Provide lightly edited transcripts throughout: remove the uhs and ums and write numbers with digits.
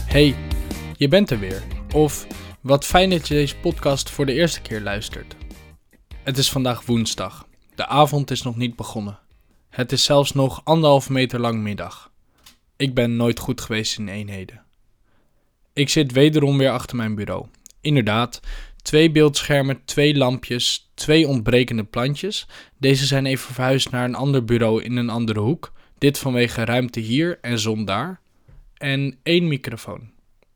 Hey, je bent er weer. Of wat fijn dat je deze podcast voor de eerste keer luistert. Het is vandaag woensdag. De avond is nog niet begonnen. Het is zelfs nog 1,5 meter lang middag. Ik ben nooit goed geweest in eenheden. Ik zit wederom weer achter mijn bureau. Inderdaad, 2 beeldschermen, 2 lampjes, 2 ontbrekende plantjes. Deze zijn even verhuisd naar een ander bureau in een andere hoek. Dit vanwege ruimte hier en zon daar. En 1 microfoon.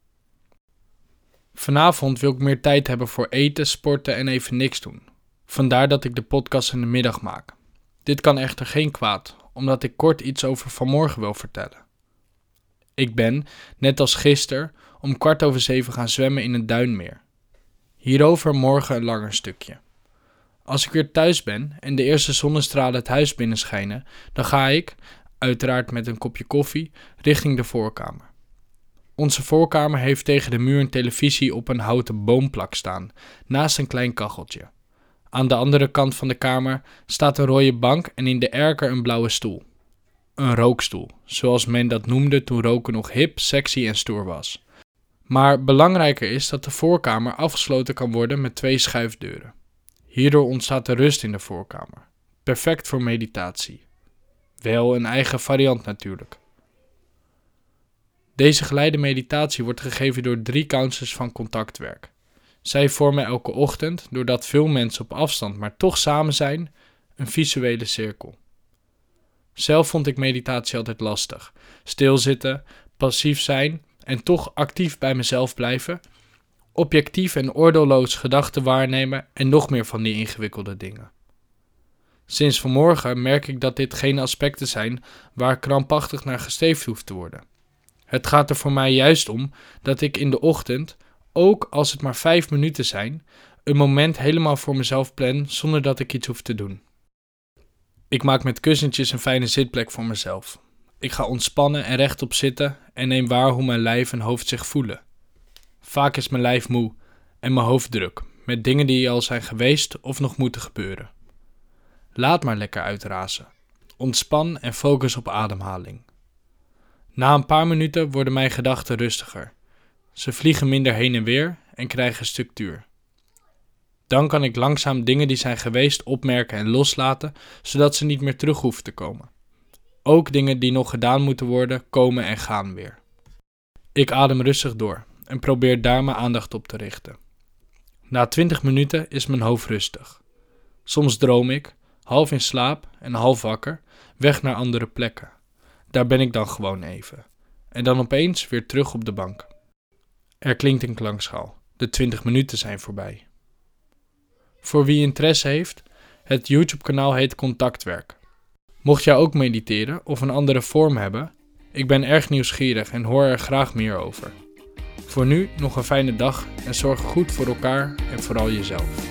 Vanavond wil ik meer tijd hebben voor eten, sporten en even niks doen. Vandaar dat ik de podcast in de middag maak. Dit kan echter geen kwaad, omdat ik kort iets over vanmorgen wil vertellen. Ik ben, net als gisteren, om 6:15 gaan zwemmen in het Duinmeer. Hierover morgen een langer stukje. Als ik weer thuis ben en de eerste zonnestralen het huis binnenschijnen, dan ga ik, uiteraard met een kopje koffie, richting de voorkamer. Onze voorkamer heeft tegen de muur een televisie op een houten boomplak staan, naast een klein kacheltje. Aan de andere kant van de kamer staat een rode bank en in de erker een blauwe stoel. Een rookstoel, zoals men dat noemde toen roken nog hip, sexy en stoer was. Maar belangrijker is dat de voorkamer afgesloten kan worden met 2 schuifdeuren. Hierdoor ontstaat er rust in de voorkamer. Perfect voor meditatie. Wel een eigen variant natuurlijk. Deze geleide meditatie wordt gegeven door 3 counselors van Contactwerk. Zij vormen elke ochtend, doordat veel mensen op afstand maar toch samen zijn, een visuele cirkel. Zelf vond ik meditatie altijd lastig. Stilzitten, passief zijn en toch actief bij mezelf blijven. Objectief en oordeelloos gedachten waarnemen en nog meer van die ingewikkelde dingen. Sinds vanmorgen merk ik dat dit geen aspecten zijn waar krampachtig naar gestreefd hoeft te worden. Het gaat er voor mij juist om dat ik in de ochtend, ook als het maar 5 minuten zijn, een moment helemaal voor mezelf plan zonder dat ik iets hoef te doen. Ik maak met kussentjes een fijne zitplek voor mezelf. Ik ga ontspannen en rechtop zitten en neem waar hoe mijn lijf en hoofd zich voelen. Vaak is mijn lijf moe en mijn hoofd druk, met dingen die al zijn geweest of nog moeten gebeuren. Laat maar lekker uitrazen. Ontspan en focus op ademhaling. Na een paar minuten worden mijn gedachten rustiger. Ze vliegen minder heen en weer en krijgen structuur. Dan kan ik langzaam dingen die zijn geweest opmerken en loslaten, zodat ze niet meer terug hoeven te komen. Ook dingen die nog gedaan moeten worden, komen en gaan weer. Ik adem rustig door en probeer daar mijn aandacht op te richten. Na 20 minuten is mijn hoofd rustig. Soms droom ik, half in slaap en half wakker, weg naar andere plekken. Daar ben ik dan gewoon even. En dan opeens weer terug op de bank. Er klinkt een klankschaal. De 20 minuten zijn voorbij. Voor wie interesse heeft, het YouTube-kanaal heet Contactwerk. Mocht jij ook mediteren of een andere vorm hebben, ik ben erg nieuwsgierig en hoor er graag meer over. Voor nu nog een fijne dag en zorg goed voor elkaar en vooral jezelf.